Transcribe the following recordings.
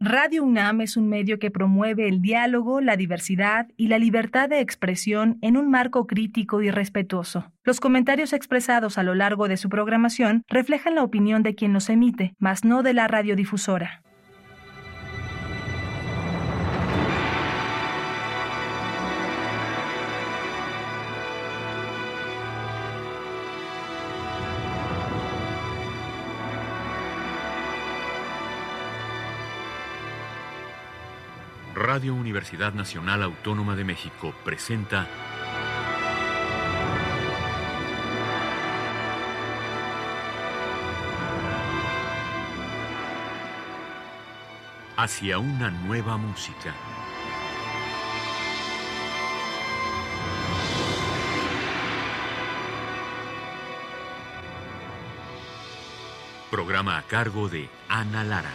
Radio UNAM es un medio que promueve el diálogo, la diversidad y la libertad de expresión en un marco crítico y respetuoso. Los comentarios expresados a lo largo de su programación reflejan la opinión de quien los emite, mas no de la radiodifusora. Radio Universidad Nacional Autónoma de México presenta Hacia una nueva música. Programa a cargo de Ana Lara.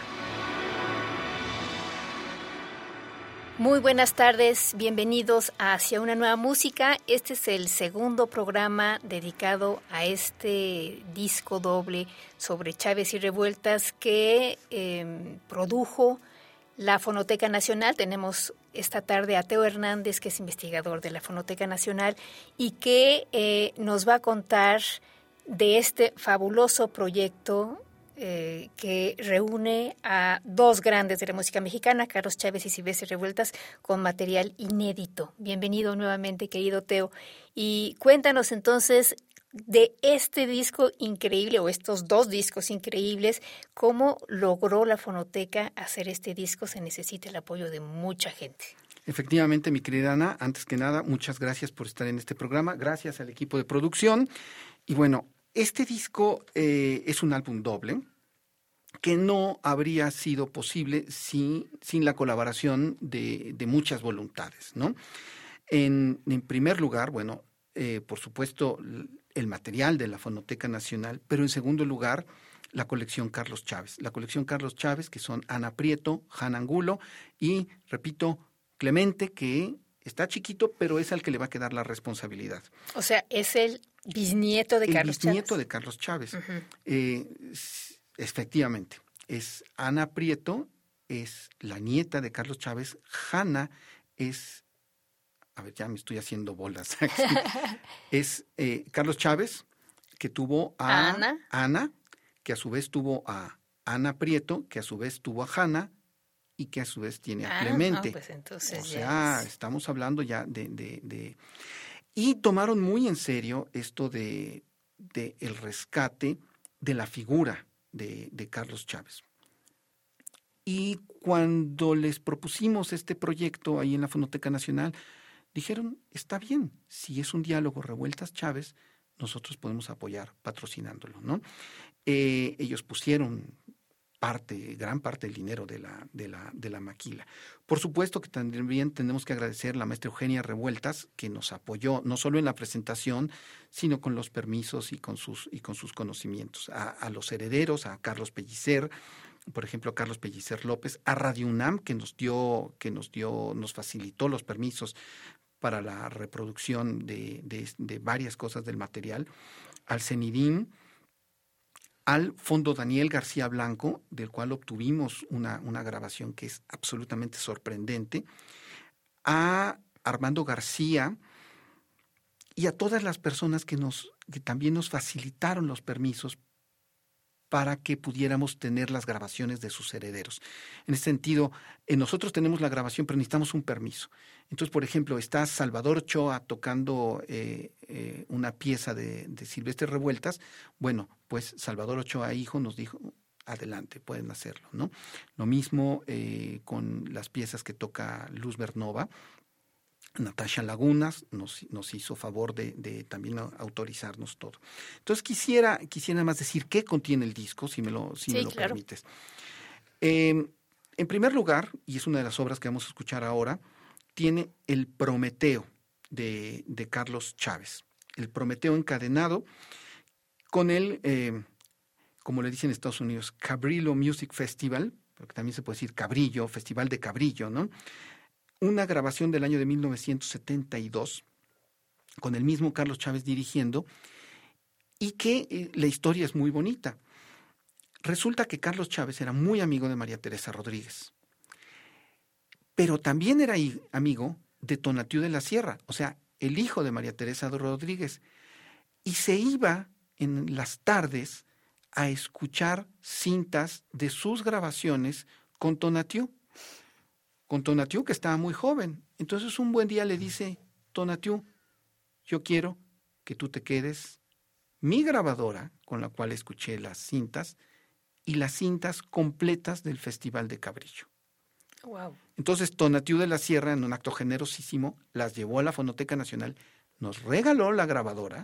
Muy buenas tardes, bienvenidos a Hacia una nueva música. Este es el segundo programa dedicado a este disco doble sobre Chávez y Revueltas que produjo la Fonoteca Nacional. Tenemos esta tarde a Teo Hernández, que es investigador de la Fonoteca Nacional y que nos va a contar de este fabuloso proyecto que reúne a dos grandes de la música mexicana, Carlos Chávez y Silvestre Revueltas, con material inédito. Bienvenido nuevamente, querido Teo. Y cuéntanos entonces de este disco increíble, o estos dos discos increíbles, ¿cómo logró la Fonoteca hacer este disco? Se necesita el apoyo de mucha gente. Efectivamente, mi querida Ana, antes que nada, muchas gracias por estar en este programa, gracias al equipo de producción. Y bueno, este disco es un álbum doble que no habría sido posible sin la colaboración de muchas voluntades, ¿no? En primer lugar, bueno, por supuesto, el material de la Fonoteca Nacional, pero en segundo lugar, la colección Carlos Chávez. La colección Carlos Chávez, que son Ana Prieto, Jana Angulo y, repito, Clemente, que está chiquito, pero es al que le va a quedar la responsabilidad. O sea, es el bisnieto de Carlos Chávez. El bisnieto de Carlos Chávez. Uh-huh. Efectivamente. Es Ana Prieto, es la nieta de Carlos Chávez. Jana es, a ver, ya me estoy haciendo bolas. Es Carlos Chávez, que tuvo a Ana, que a su vez tuvo a Ana Prieto, que a su vez tuvo a Jana, y que a su vez tiene a Clemente. No, pues entonces o sea, estamos hablando ya de... Y tomaron muy en serio esto de el rescate de la figura de Carlos Chávez. Y cuando les propusimos este proyecto ahí en la Fonoteca Nacional, dijeron, está bien, si es un diálogo Revueltas Chávez, nosotros podemos apoyar patrocinándolo, ¿no? Ellos pusieron gran parte del dinero de la maquila. Por supuesto que también tenemos que agradecer a la maestra Eugenia Revueltas, que nos apoyó no solo en la presentación, sino con los permisos y con sus conocimientos. A los herederos, a Carlos Pellicer, por ejemplo, a Carlos Pellicer López, a Radio UNAM, que nos facilitó los permisos para la reproducción de varias cosas del material, al CENIDIM, al Fondo Daniel García Blanco, del cual obtuvimos una grabación que es absolutamente sorprendente, a Armando García y a todas las personas que también nos facilitaron los permisos para que pudiéramos tener las grabaciones de sus herederos. En ese sentido, nosotros tenemos la grabación, pero necesitamos un permiso. Entonces, por ejemplo, está Salvador Ochoa tocando una pieza de Silvestre Revueltas. Bueno, pues Salvador Ochoa, hijo, nos dijo, adelante, pueden hacerlo, ¿no? Lo mismo con las piezas que toca Luz Bernova. Natasha Lagunas nos hizo favor de también autorizarnos todo. Entonces quisiera nada más decir qué contiene el disco, si me lo claro. permites. En primer lugar, y es una de las obras que vamos a escuchar ahora, tiene el Prometeo de Carlos Chávez. El Prometeo encadenado con el, como le dicen en Estados Unidos, Cabrillo Music Festival, porque también se puede decir Cabrillo, Festival de Cabrillo, ¿no? Una grabación del año de 1972, con el mismo Carlos Chávez dirigiendo, y que la historia es muy bonita. Resulta que Carlos Chávez era muy amigo de María Teresa Rodríguez. pero también era amigo de Tonatiuh de la Sierra, o sea, el hijo de María Teresa Rodríguez, y se iba en las tardes a escuchar cintas de sus grabaciones con Tonatiuh, que estaba muy joven. Entonces un buen día le dice, Tonatiuh, yo quiero que tú te quedes mi grabadora con la cual escuché las cintas y las cintas completas del Festival de Cabrillo. Wow. Entonces Tonatiuh de la Sierra, en un acto generosísimo, las llevó a la Fonoteca Nacional, nos regaló la grabadora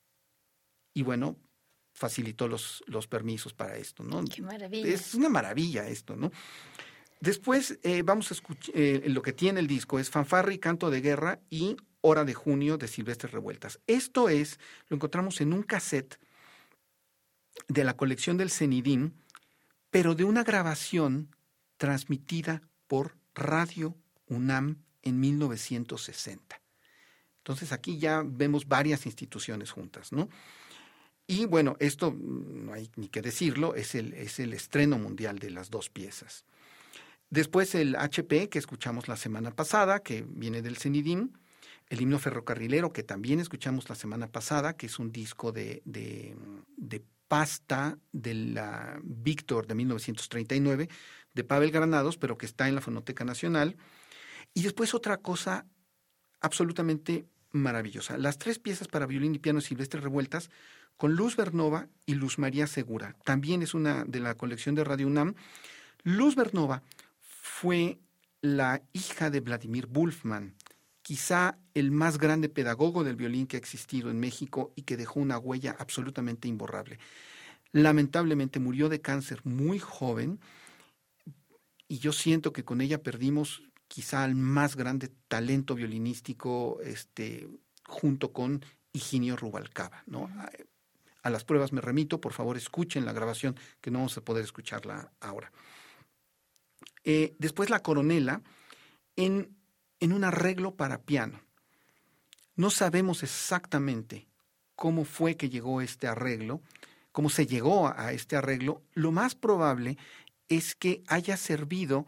y bueno, facilitó los permisos para esto, ¿no? ¡Qué maravilla! Es una maravilla esto, ¿no? Después vamos a escuchar, lo que tiene el disco es Fanfarria y Canto de Guerra y Hora de Junio de Silvestre Revueltas. Esto lo encontramos en un cassette de la colección del Cenidín, pero de una grabación transmitida por Radio UNAM en 1960. Entonces aquí ya vemos varias instituciones juntas, ¿no? Y bueno, esto no hay ni que decirlo, es el estreno mundial de las dos piezas. Después el HP, que escuchamos la semana pasada, que viene del Cenidín, el himno ferrocarrilero, que también escuchamos la semana pasada, que es un disco de pasta de la Víctor de 1939, de Pavel Granados, pero que está en la Fonoteca Nacional. Y después otra cosa absolutamente maravillosa, las 3 piezas para violín y piano de Silvestre Revueltas, con Luz Bernova y Luz María Segura. También es una de la colección de Radio UNAM. Luz Bernova fue la hija de Vladimir Wolfman, quizá el más grande pedagogo del violín que ha existido en México y que dejó una huella absolutamente imborrable. Lamentablemente murió de cáncer muy joven y yo siento que con ella perdimos quizá el más grande talento violinístico junto con Higinio Rubalcaba, ¿no? A las pruebas me remito, por favor escuchen la grabación, que no vamos a poder escucharla ahora. Después la Coronela en un arreglo para piano. No sabemos exactamente cómo fue que llegó este arreglo, cómo se llegó a este arreglo. Lo más probable es que haya servido,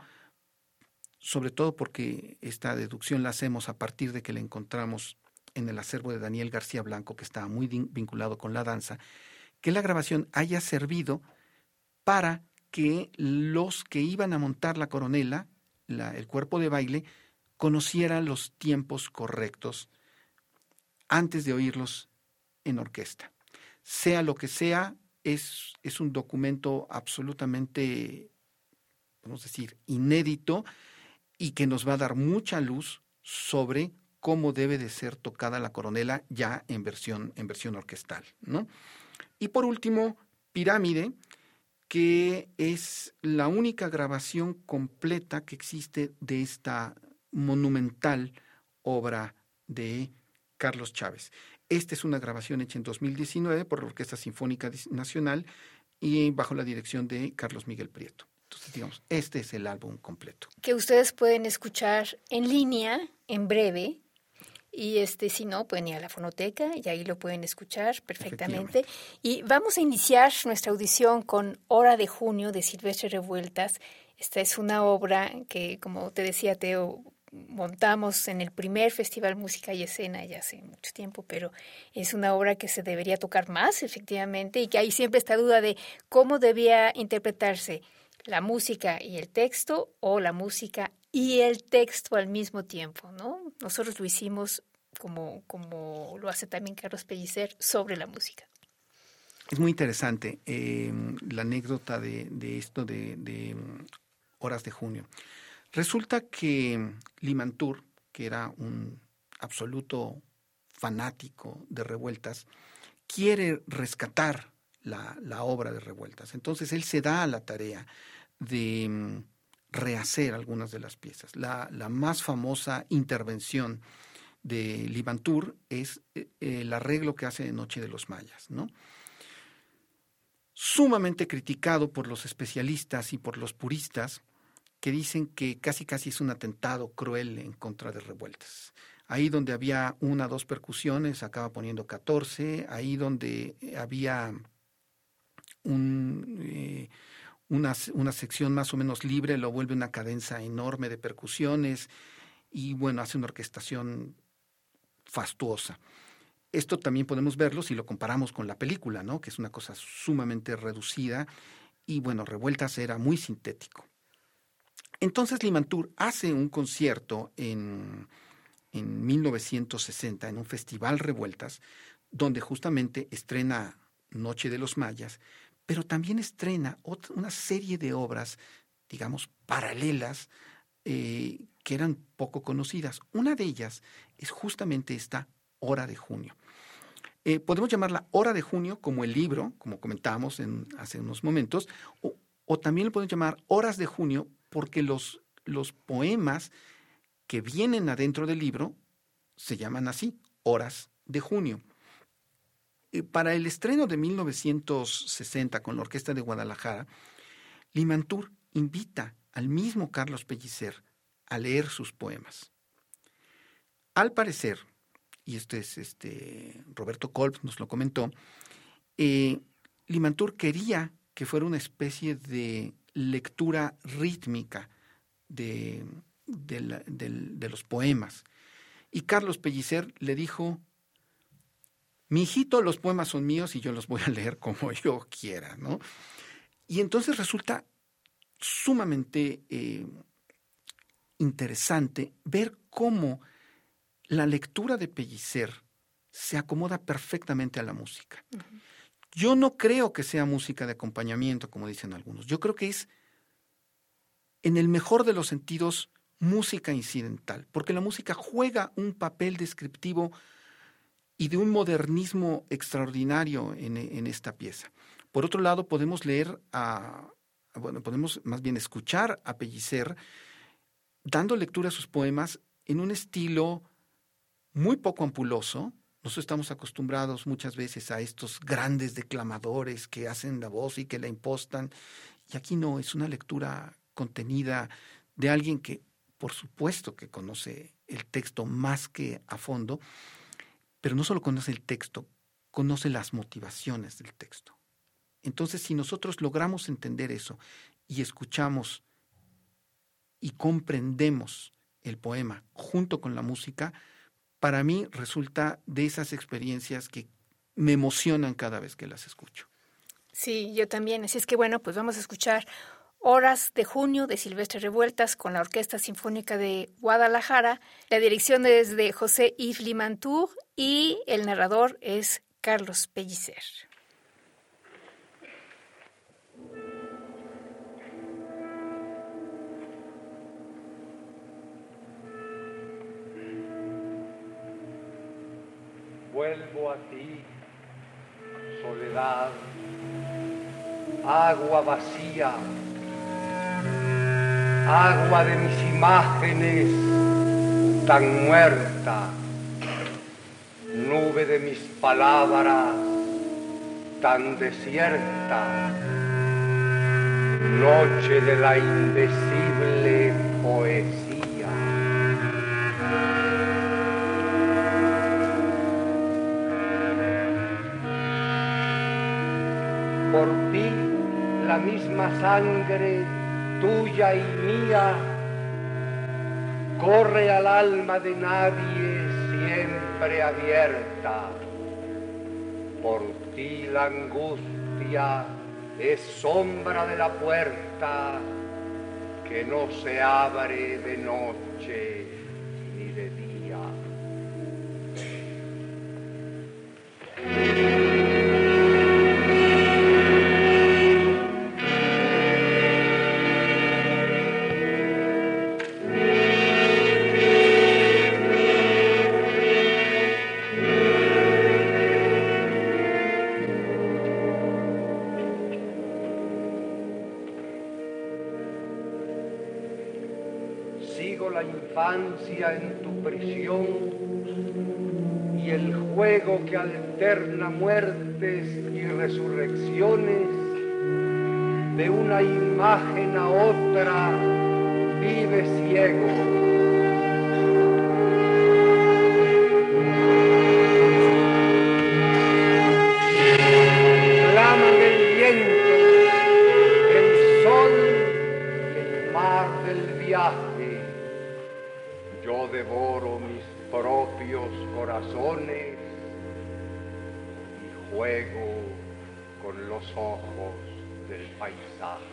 sobre todo porque esta deducción la hacemos a partir de que la encontramos en el acervo de Daniel García Blanco, que estaba muy vinculado con la danza, que la grabación haya servido para que los que iban a montar la coronela, el cuerpo de baile, conocieran los tiempos correctos antes de oírlos en orquesta. Sea lo que sea, es un documento absolutamente, vamos a decir, inédito y que nos va a dar mucha luz sobre cómo debe de ser tocada la coronela ya en versión orquestal, ¿no? Y por último, Pirámide, que es la única grabación completa que existe de esta monumental obra de Carlos Chávez. Esta es una grabación hecha en 2019 por la Orquesta Sinfónica Nacional y bajo la dirección de Carlos Miguel Prieto. Entonces, digamos, este es el álbum completo. Que ustedes pueden escuchar en línea en breve. Y si no, pueden ir a la fonoteca y ahí lo pueden escuchar perfectamente. Y vamos a iniciar nuestra audición con Hora de Junio de Silvestre Revueltas. Esta es una obra que, como te decía Teo, montamos en el primer Festival Música y Escena ya hace mucho tiempo, pero es una obra que se debería tocar más, efectivamente, y que hay siempre esta duda de cómo debía interpretarse la música y el texto o la música y el texto al mismo tiempo, ¿no? Nosotros lo hicimos como lo hace también Carlos Pellicer sobre la música. Es muy interesante la anécdota de esto de Horas de Junio. Resulta que Limantur, que era un absoluto fanático de Revueltas, quiere rescatar la obra de Revueltas. Entonces él se da a la tarea de rehacer algunas de las piezas. La más famosa intervención de Limantur es el arreglo que hace de Noche de los Mayas, ¿no? Sumamente criticado por los especialistas y por los puristas, que dicen que casi es un atentado cruel en contra de Revueltas. Ahí donde había 1 o 2 percusiones, acaba poniendo 14. Ahí donde había una sección más o menos libre, lo vuelve una cadenza enorme de percusiones y bueno, hace una orquestación fastuosa. Esto también podemos verlo si lo comparamos con la película, ¿no? Que es una cosa sumamente reducida y bueno, Revueltas era muy sintético. Entonces Limantour hace un concierto en 1960 en un festival Revueltas, donde justamente estrena Noche de los Mayas, pero también estrena una serie de obras, digamos, paralelas, que eran poco conocidas. Una de ellas es justamente esta Hora de Junio. Podemos llamarla Hora de Junio como el libro, como comentábamos hace unos momentos, o también lo podemos llamar Horas de Junio porque los poemas que vienen adentro del libro se llaman así, Horas de Junio. Para el estreno de 1960 con la Orquesta de Guadalajara, Limantour invita al mismo Carlos Pellicer a leer sus poemas. Al parecer, y Roberto Kolb nos lo comentó, Limantour quería que fuera una especie de lectura rítmica de los poemas. Y Carlos Pellicer le dijo: mi hijito, los poemas son míos y yo los voy a leer como yo quiera, ¿no? Y entonces resulta sumamente interesante ver cómo la lectura de Pellicer se acomoda perfectamente a la música. Uh-huh. Yo no creo que sea música de acompañamiento, como dicen algunos. Yo creo que es, en el mejor de los sentidos, música incidental, porque la música juega un papel descriptivo y de un modernismo extraordinario en esta pieza. Por otro lado, podemos podemos más bien escuchar a Pellicer dando lectura a sus poemas en un estilo muy poco ampuloso. Nosotros estamos acostumbrados muchas veces a estos grandes declamadores que hacen la voz y que la impostan, y aquí no, es una lectura contenida de alguien que, por supuesto, que conoce el texto más que a fondo, pero no solo conoce el texto, conoce las motivaciones del texto. Entonces, si nosotros logramos entender eso y escuchamos y comprendemos el poema junto con la música, para mí resulta de esas experiencias que me emocionan cada vez que las escucho. Sí, yo también. Así es que bueno, pues vamos a escuchar Horas de Junio de Silvestre Revueltas con la Orquesta Sinfónica de Guadalajara. La dirección es de José-Yves Limantour y el narrador es Carlos Pellicer. Vuelvo a ti, soledad, agua vacía, agua de mis imágenes tan muerta, nube de mis palabras tan desierta, noche de la indecible poesía. Por ti la misma sangre tuya y mía corre al alma de nadie siempre abierta. Por ti la angustia es sombra de la puerta que no se abre de noche ni de día. En tu prisión y el juego que alterna muertes y resurrecciones, de una imagen a otra vive ciego. Clama del viento, el salvaje, yo devoro mis propios corazones y juego con los ojos del paisaje.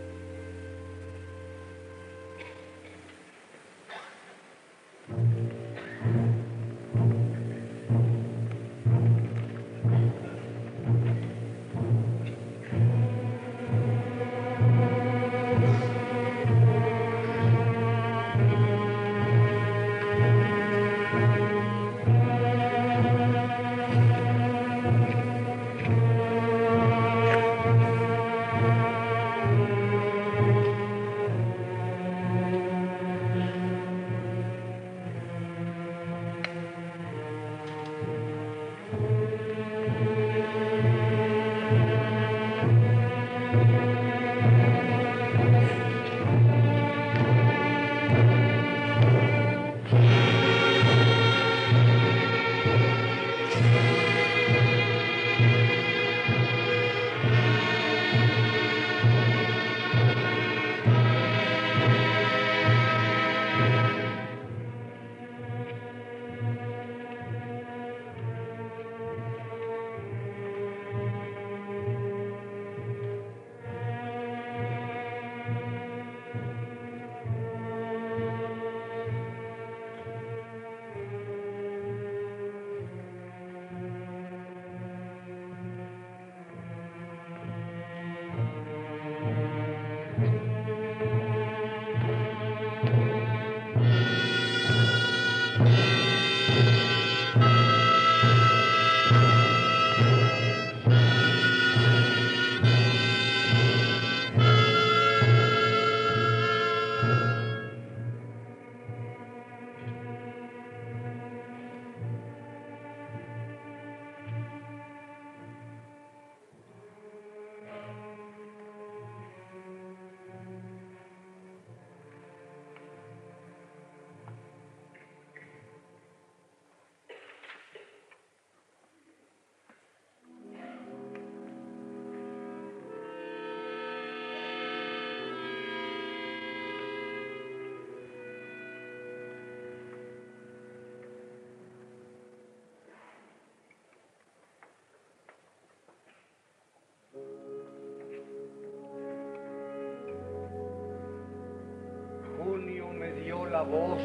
La voz,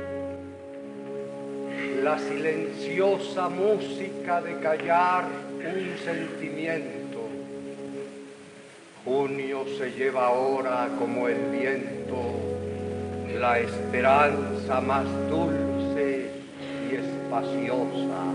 la silenciosa música de callar un sentimiento. Junio se lleva ahora como el viento la esperanza más dulce y espaciosa.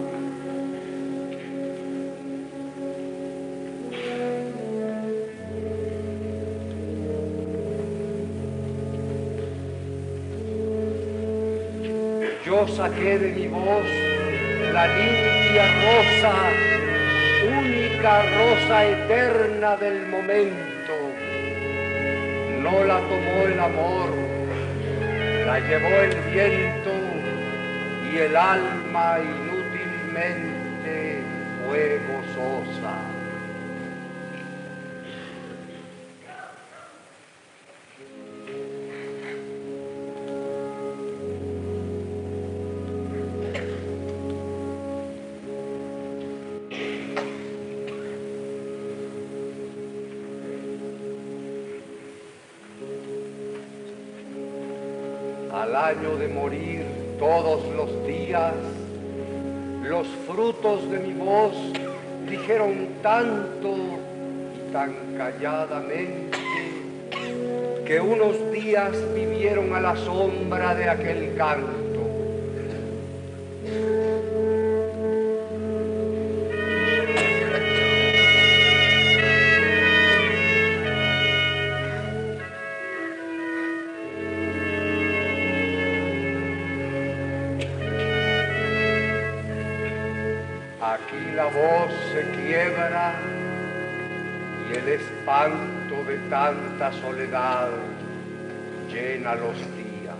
Yo saqué de mi voz la limpia rosa, única rosa eterna del momento. No la tomó el amor, la llevó el viento y el alma inútilmente fue gozosa. Al año de morir todos los días, los frutos de mi voz dijeron tanto y tan calladamente que unos días vivieron a la sombra de aquel canto. Aquí la voz se quiebra y el espanto de tanta soledad llena los días.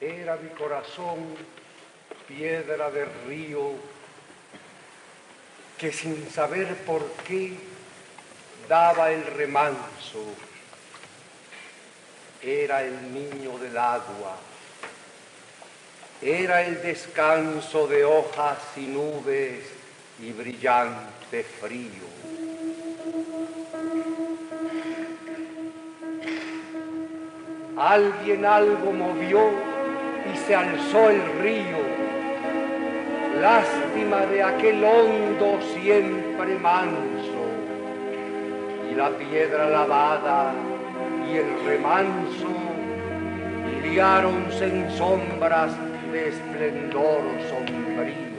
Era mi corazón piedra de río que sin saber por qué daba el remanso. Era el niño del agua, era el descanso de hojas y nubes y brillante frío. Alguien algo movió y se alzó el río. Lástima de aquel hondo siempre manso, y la piedra lavada y el remanso liáronse en sombras de esplendor sombrío.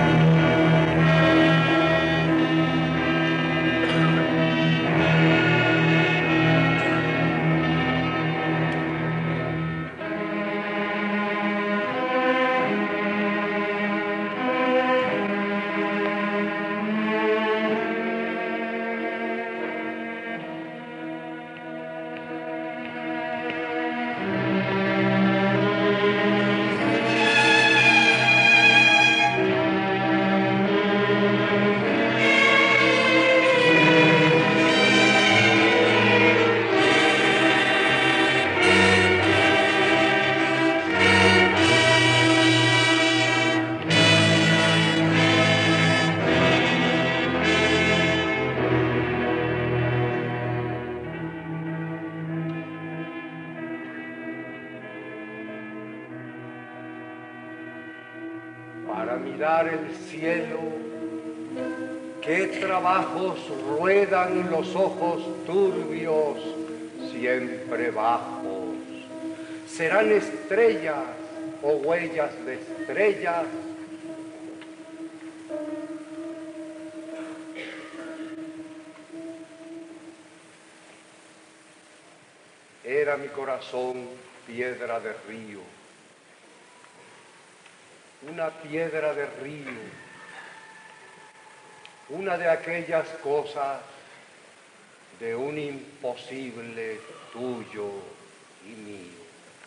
Para mirar el cielo, qué trabajos ruedan los ojos turbios, siempre bajos. ¿Serán estrellas o huellas de estrellas? Era mi corazón piedra de río, una piedra de río, una de aquellas cosas de un imposible tuyo y mío.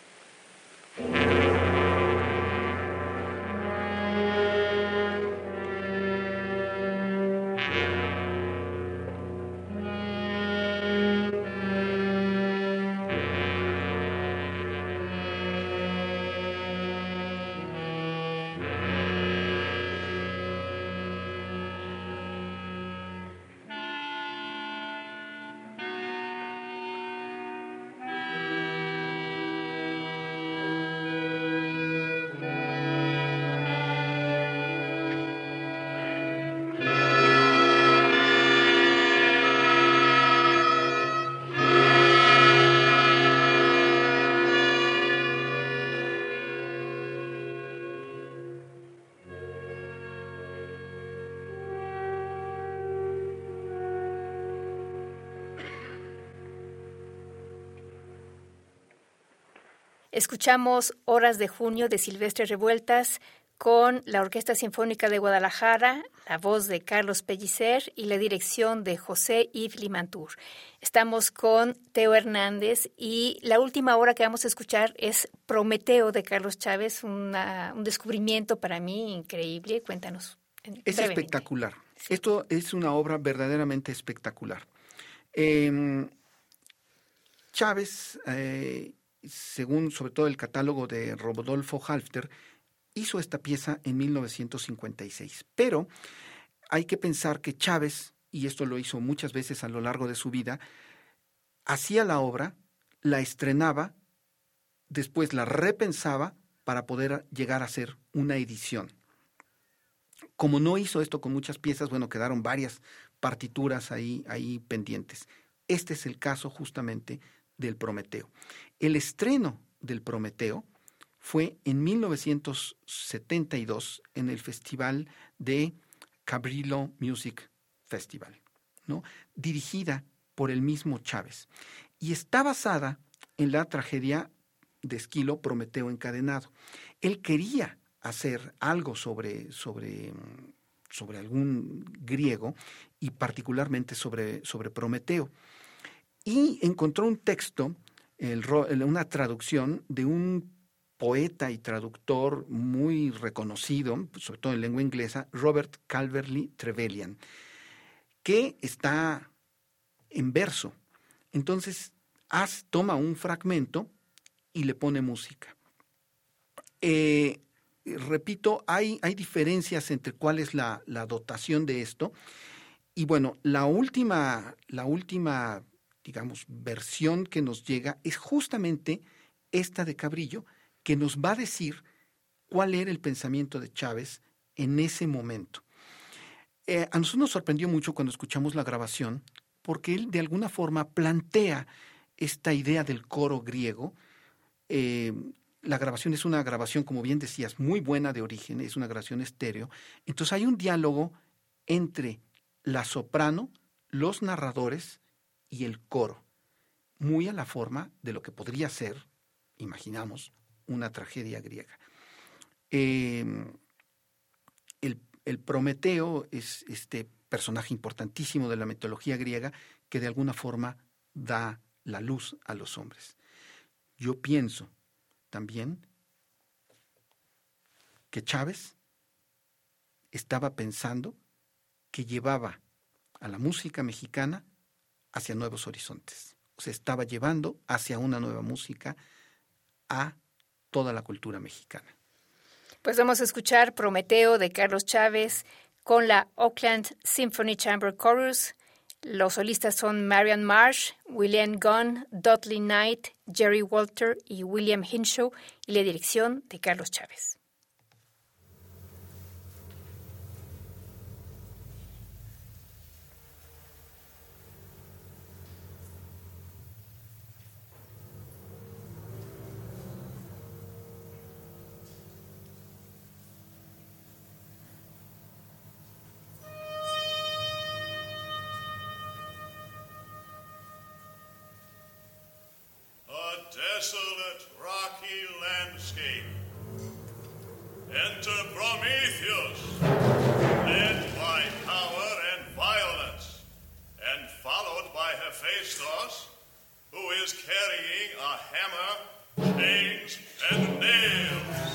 Escuchamos Horas de Junio de Silvestre Revueltas con la Orquesta Sinfónica de Guadalajara, la voz de Carlos Pellicer y la dirección de José Yves Limantour. Estamos con Teo Hernández y la última obra que vamos a escuchar es Prometeo de Carlos Chávez, un descubrimiento para mí increíble. Cuéntanos. Es espectacular. Sí. Esto es una obra verdaderamente espectacular. Chávez, según sobre todo el catálogo de Rodolfo Halfter, hizo esta pieza en 1956. Pero hay que pensar que Chávez, y esto lo hizo muchas veces a lo largo de su vida, hacía la obra, la estrenaba, después la repensaba para poder llegar a ser una edición. Como no hizo esto con muchas piezas, bueno, quedaron varias partituras ahí pendientes. Este es el caso justamente del Prometeo. El estreno del Prometeo fue en 1972 en el festival de Cabrillo Music Festival, ¿no? Dirigida por el mismo Chávez. Y está basada en la tragedia de Esquilo, Prometeo encadenado. Él quería hacer algo sobre algún griego y particularmente sobre Prometeo. Y encontró un texto, una traducción de un poeta y traductor muy reconocido, sobre todo en lengua inglesa, Robert Calverley Trevelyan, que está en verso. Entonces, toma un fragmento y le pone música. Repito, hay diferencias entre cuál es la dotación de esto. Y bueno, la última, digamos, versión que nos llega es justamente esta de Cabrillo, que nos va a decir cuál era el pensamiento de Chávez en ese momento. A nosotros nos sorprendió mucho cuando escuchamos la grabación, porque él de alguna forma plantea esta idea del coro griego. La grabación es una grabación, como bien decías, muy buena de origen, es una grabación estéreo. Entonces hay un diálogo entre la soprano, los narradores y el coro, muy a la forma de lo que podría ser, imaginamos, una tragedia griega. El Prometeo es este personaje importantísimo de la mitología griega que de alguna forma da la luz a los hombres. Yo pienso también que Chávez estaba pensando que llevaba a la música mexicana hacia nuevos horizontes. O sea, estaba llevando hacia una nueva música a toda la cultura mexicana. Pues vamos a escuchar Prometeo de Carlos Chávez con la Oakland Symphony Chamber Chorus. Los solistas son Marian Marsh, William Gunn, Dudley Knight, Jerry Walter y William Hinshaw, y la dirección de Carlos Chávez. Desolate, rocky landscape. Enter Prometheus, led by power and violence, and followed by Hephaestus, who is carrying a hammer, chains, and nails.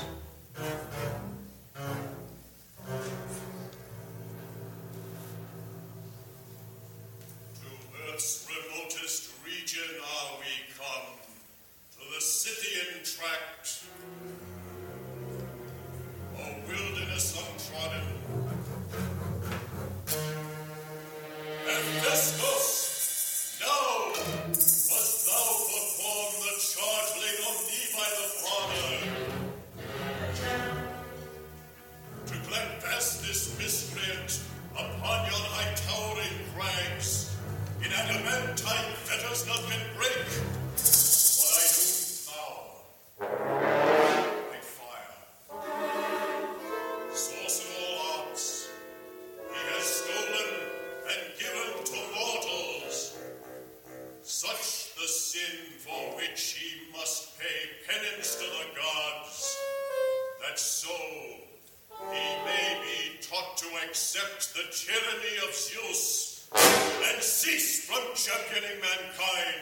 To Earth's remotest region are we come, the Scythian tract, a wilderness untrodden. Hephaestus, now must thou perform the charge laid on thee by the Father, to collect past this miscreant upon yon high towering crags, in adamantine fetters none can break. Accept the tyranny of Zeus and cease from championing mankind.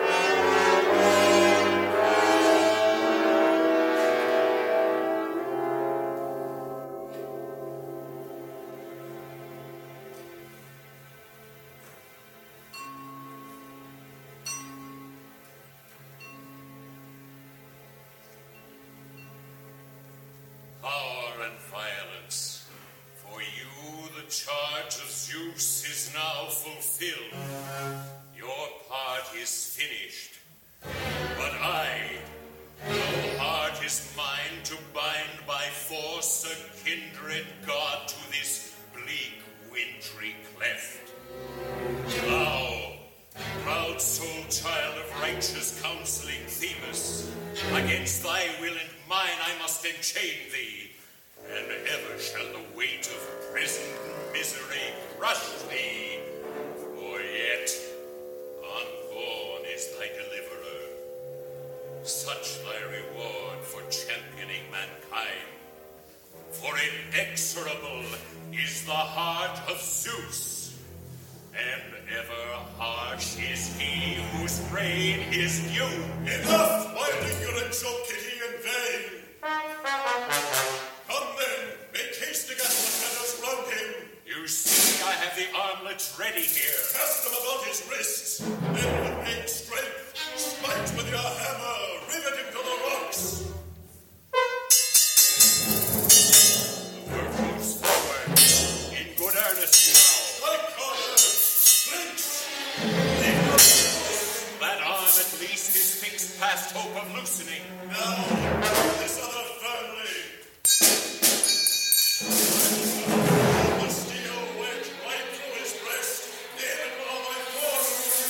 Power and violence. For you, the charge of Zeus is now fulfilled. Your part is finished. But I, no heart is mine to bind by force a kindred god to this bleak, wintry cleft. Thou, proud soul child of righteous counseling Themis, against thy will and mine I must enchain thee. And ever shall the weight of present misery crush thee. For yet, unborn is thy deliverer. Such thy reward for championing mankind. For inexorable is the heart of Zeus, and ever harsh is he whose reign is due. Enough, my ignorance, O pity in vain. You see, I have the armlets ready here. Cast them about his wrists, then with main strength, smite with your hammer, rivet him to the rocks. The work moves forward. In good earnest now. Strike corners, flinch. That arm at least is fixed past hope of loosening. Now, this other firmly. The steel wedge right through his breast. Aim it with all my force.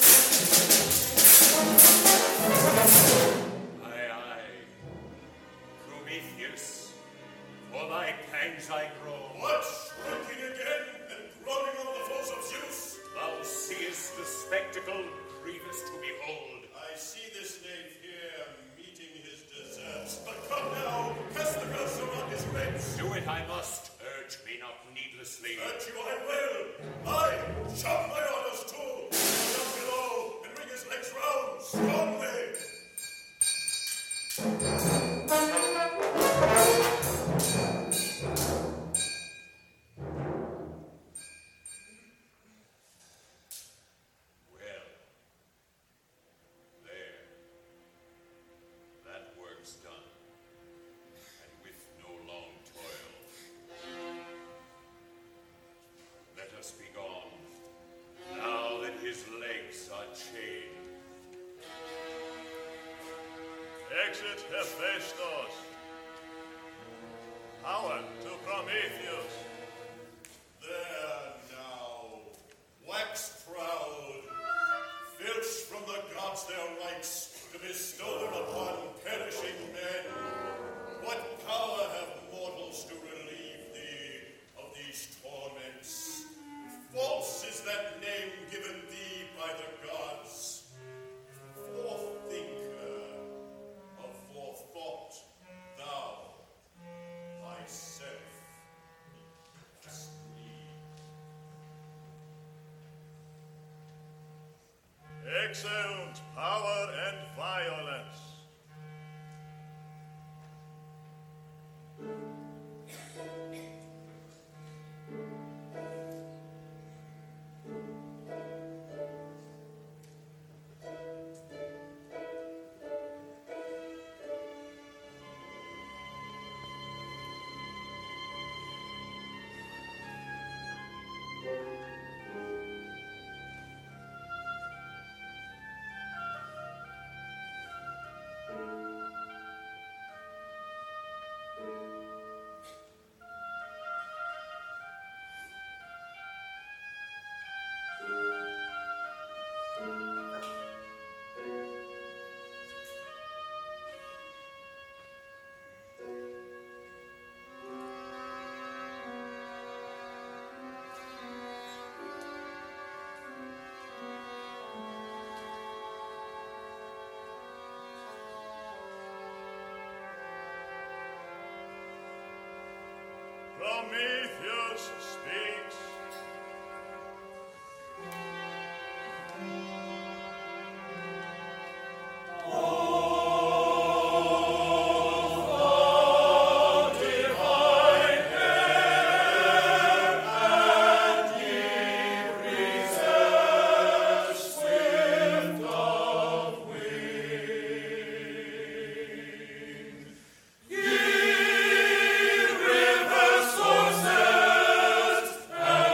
Aye, aye. Prometheus, for thy pangs I groan. What? Shrinking again and groaning over the foes of Zeus? Thou seest the spectacle grievous to behold. I see this knave here meeting his deserts. But come now, cast the curse around his ribs. Do it I must. Urge me not needlessly. Urge you I will. I shout my orders too. Down below and ring his legs round strongly. Well, there. That work's done, and with no long toil. Let us be gone, now that his legs are chained. Exit Hephaestus. Power to Prometheus. There now, wax proud. Filch from the gods their rights to bestow them upon perishing men. What power have mortals to relieve thee of these torments? False is that name given thee by the gods. Forethinker of forethought, thou thyself must need. Exeunt power and violence. Prometheus speaks. Rivers, sources,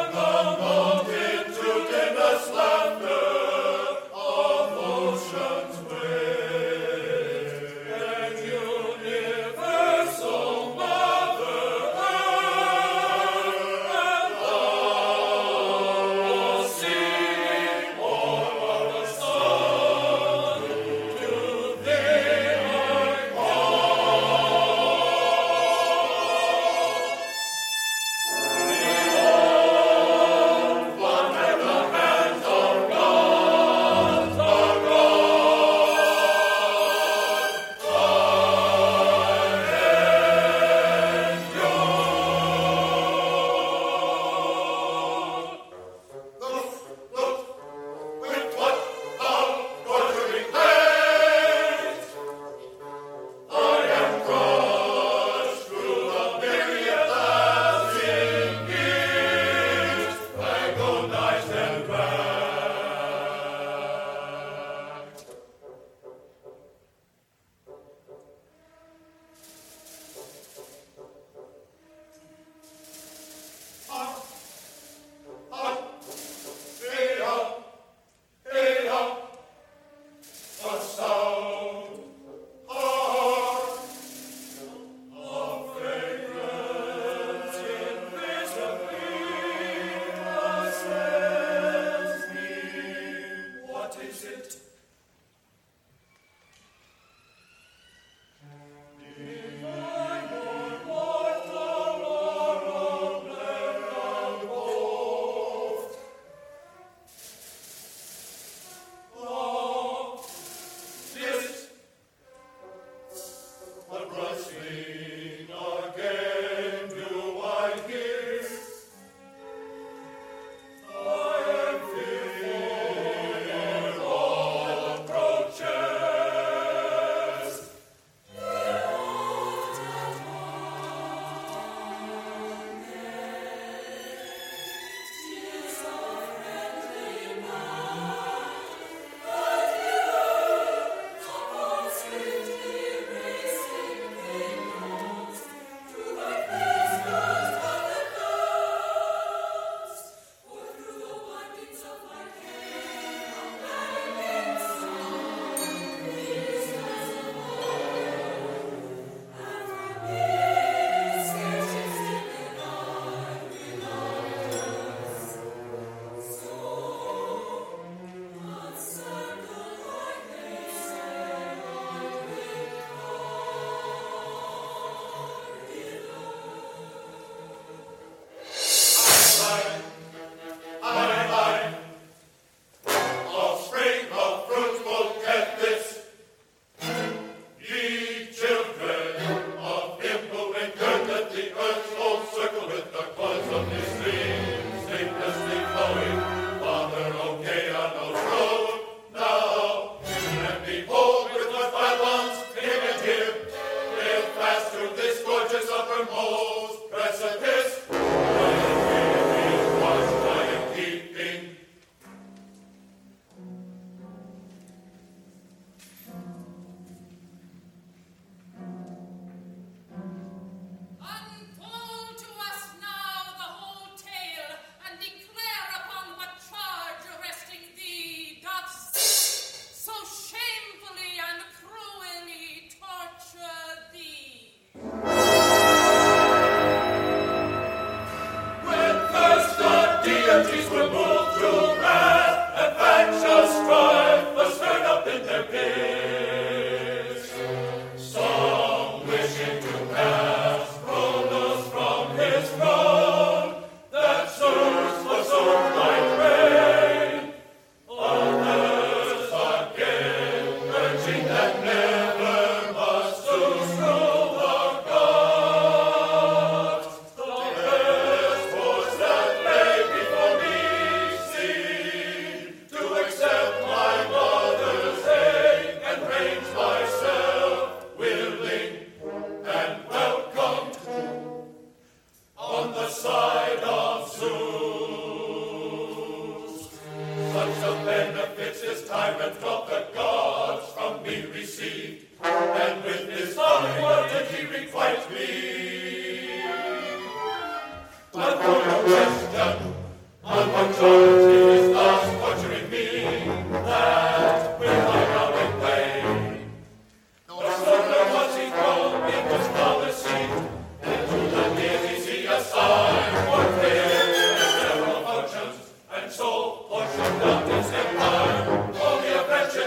All the affection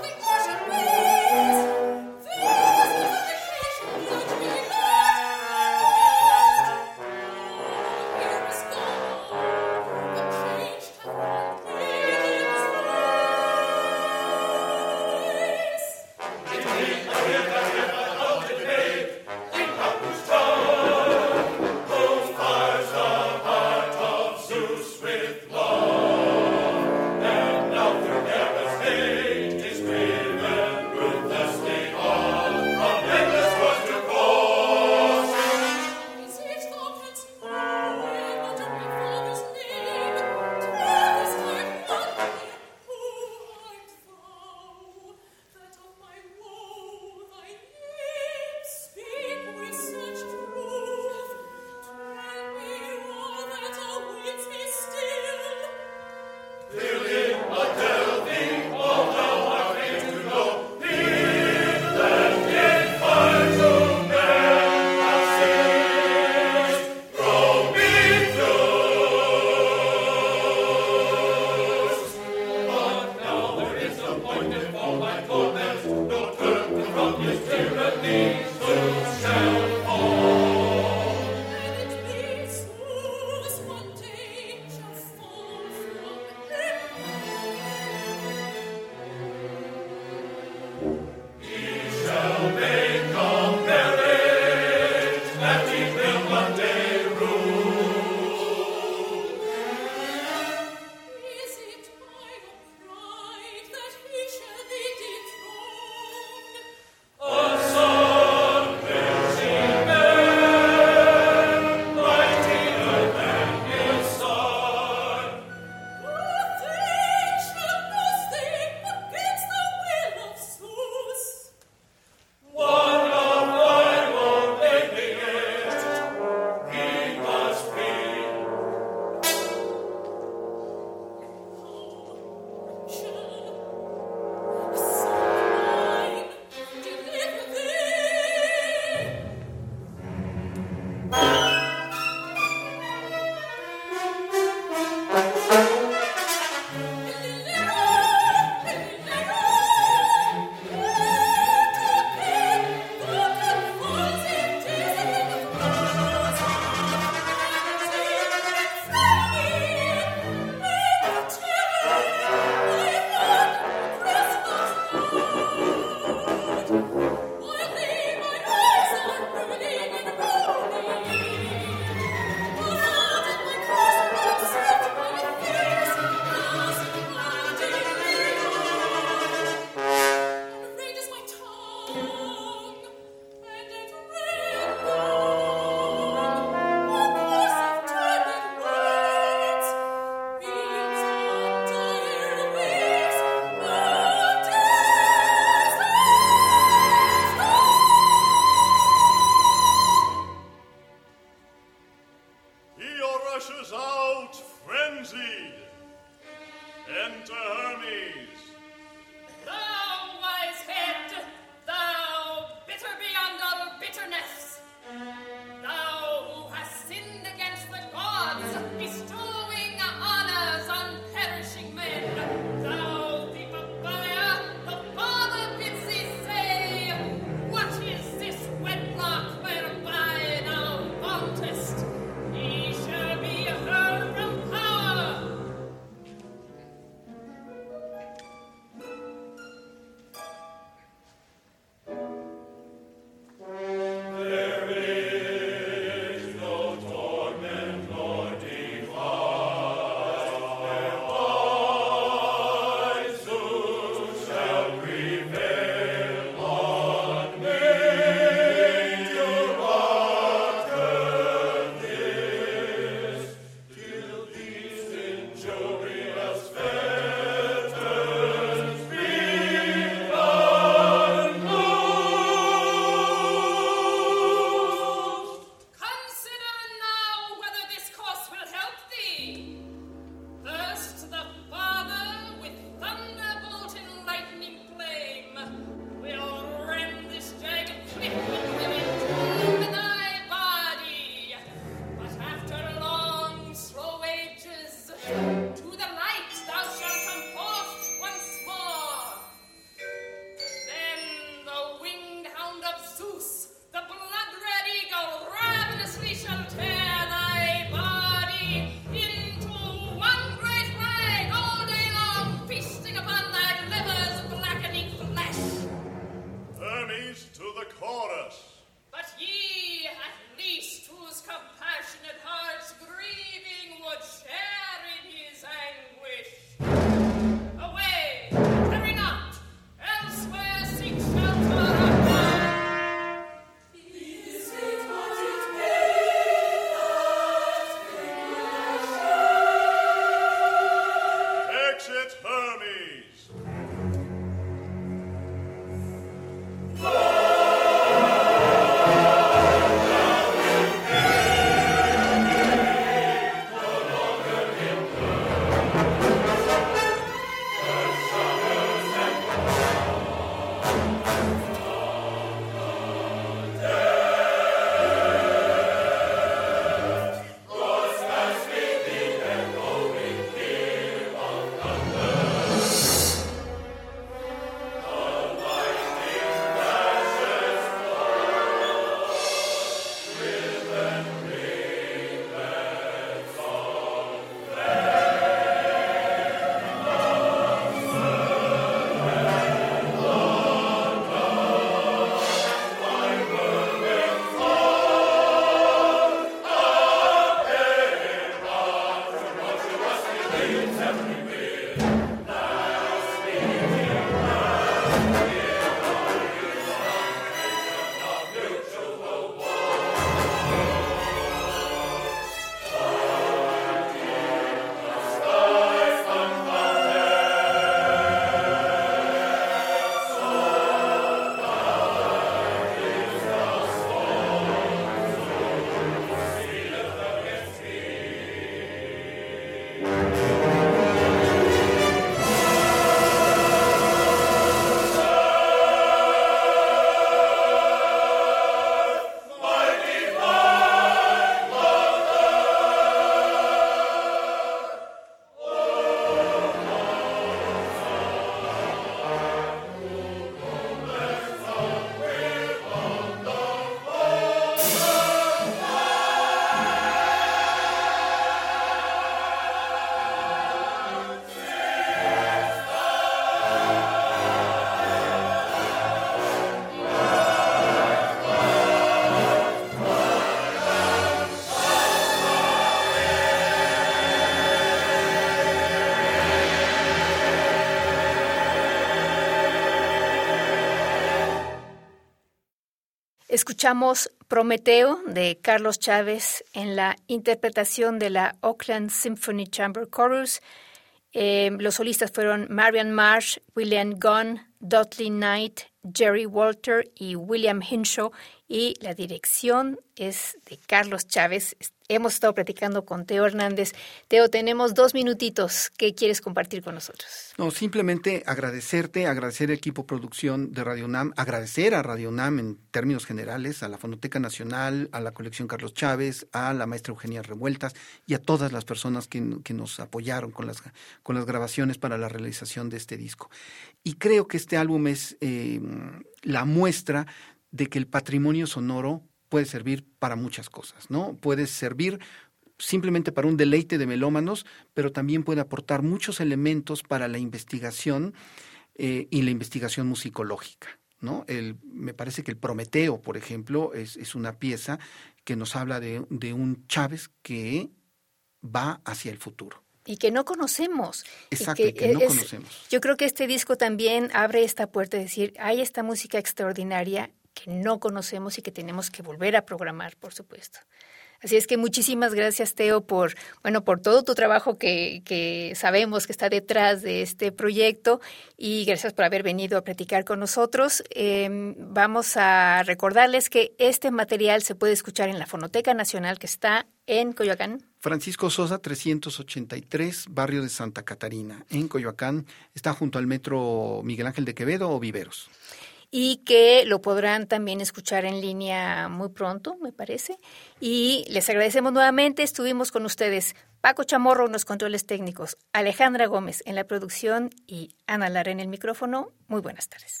Escuchamos Prometeo de Carlos Chávez en la interpretación de la Oakland Symphony Chamber Chorus. Los solistas fueron Marian Marsh, William Gunn, Dudley Knight, Jerry Walter y William Hinshaw, y la dirección es de Carlos Chávez. Hemos estado platicando con Teo Hernández. Teo, tenemos 2 minutitos. ¿Qué quieres compartir con nosotros? No, simplemente agradecer al equipo producción de Radio UNAM, agradecer a Radio UNAM en términos generales, a la Fonoteca Nacional, a la colección Carlos Chávez, a la maestra Eugenia Revueltas y a todas las personas que nos apoyaron con las grabaciones para la realización de este disco. Y creo que este álbum es la muestra de que el patrimonio sonoro puede servir para muchas cosas, ¿no? Puede servir simplemente para un deleite de melómanos, pero también puede aportar muchos elementos para la investigación y la investigación musicológica, ¿no? Me parece que el Prometeo, por ejemplo, es una pieza que nos habla de un Chávez que va hacia el futuro. Y que no conocemos. Exacto, y que no conocemos. Yo creo que este disco también abre esta puerta de decir, hay esta música extraordinaria que no conocemos y que tenemos que volver a programar, por supuesto. Así es que muchísimas gracias, Teo, por todo tu trabajo que sabemos que está detrás de este proyecto, y gracias por haber venido a platicar con nosotros. Vamos a recordarles que este material se puede escuchar en la Fonoteca Nacional, que está en Coyoacán. Francisco Sosa 383, barrio de Santa Catarina, en Coyoacán. Está junto al metro Miguel Ángel de Quevedo o Viveros. Y que lo podrán también escuchar en línea muy pronto, me parece. Y les agradecemos nuevamente. Estuvimos con ustedes Paco Chamorro en los controles técnicos, Alejandra Gómez en la producción y Ana Lara en el micrófono. Muy buenas tardes.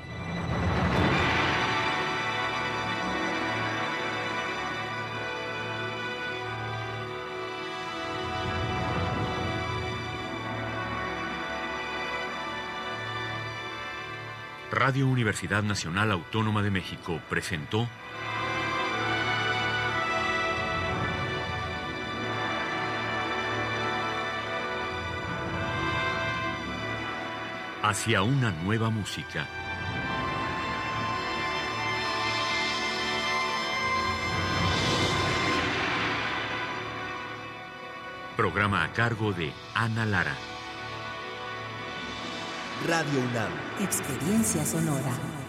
Radio Universidad Nacional Autónoma de México presentó Hacia una nueva música. Programa a cargo de Ana Lara. Radio UNAM. Experiencia sonora.